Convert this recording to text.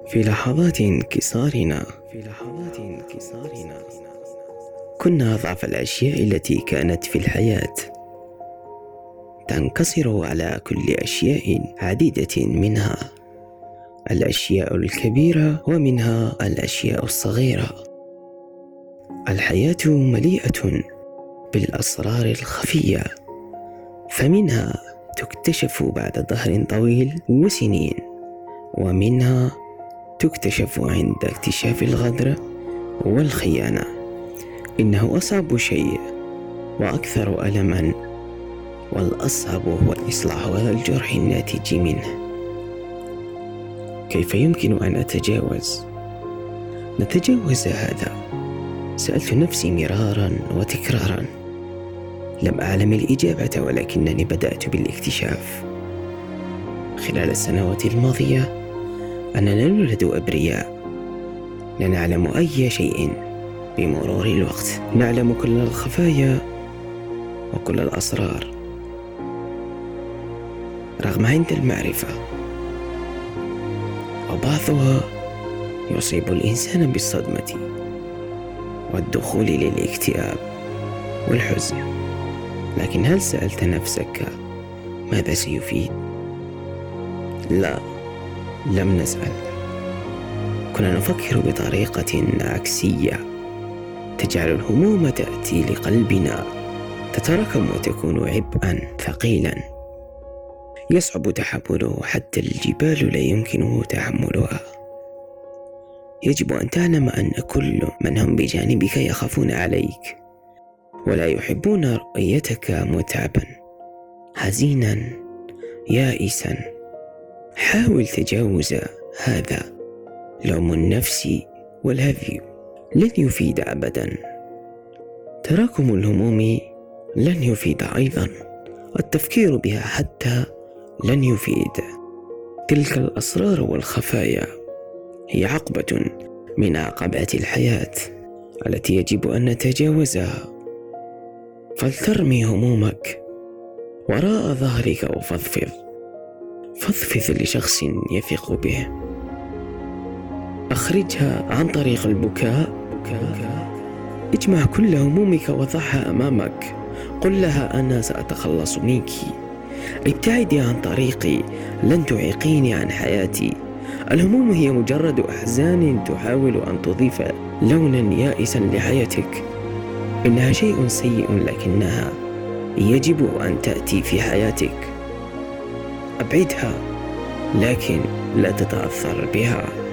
في لحظات انكسارنا كنا أضعف الأشياء التي كانت في الحياة، تنكسر على كل أشياء عديدة، منها الأشياء الكبيرة ومنها الأشياء الصغيرة. الحياة مليئة بالأسرار الخفية، فمنها تكتشف بعد دهر طويل وسنين، ومنها تكتشف عند اكتشاف الغدر والخيانة. إنه أصعب شيء وأكثر ألما، والأصعب هو إصلاح هذا الجرح الناتج منه. كيف يمكن أن نتجاوز هذا؟ سألت نفسي مرارا وتكرارا، لم أعلم الإجابة، ولكنني بدأت بالاكتشاف خلال السنوات الماضية أننا نولد أبرياء، لا نعلم أي شيء. بمرور الوقت نعلم كل الخفايا وكل الأسرار، رغم عند المعرفة، وبعضها يصيب الإنسان بالصدمة والدخول للاكتئاب والحزن. لكن هل سألت نفسك ماذا سيفيد؟ لا، لم نسأل. كنا نفكر بطريقة عكسية تجعل الهموم تأتي لقلبنا، تتراكم وتكون عبئا ثقيلا يصعب تحمله، حتى الجبال لا يمكنه تحملها. يجب أن تعلم أن كل من هم بجانبك يخافون عليك ولا يحبون رؤيتك متعبا، حزينا، يائسا. حاول تجاوز هذا. لوم النفس والهذي لن يفيد أبدا. تراكم الهموم لن يفيد أيضا. التفكير بها حتى لن يفيد. تلك الأسرار والخفايا هي عقبة من عقبات الحياة التي يجب أن نتجاوزها. فلترمي همومك وراء ظهرك وفضفض لشخص يثق به. أخرجها عن طريق البكاء. اجمع كل همومك وضعها أمامك. قل لها أنا سأتخلص منك. ابتعدي عن طريقي، لن تعيقيني عن حياتي. الهموم هي مجرد أحزان تحاول أن تضيف لونا يائسا لحياتك. إنها شيء سيء، لكنها يجب أن تأتي في حياتك. أبعدها، لكن لا تتأثر بها.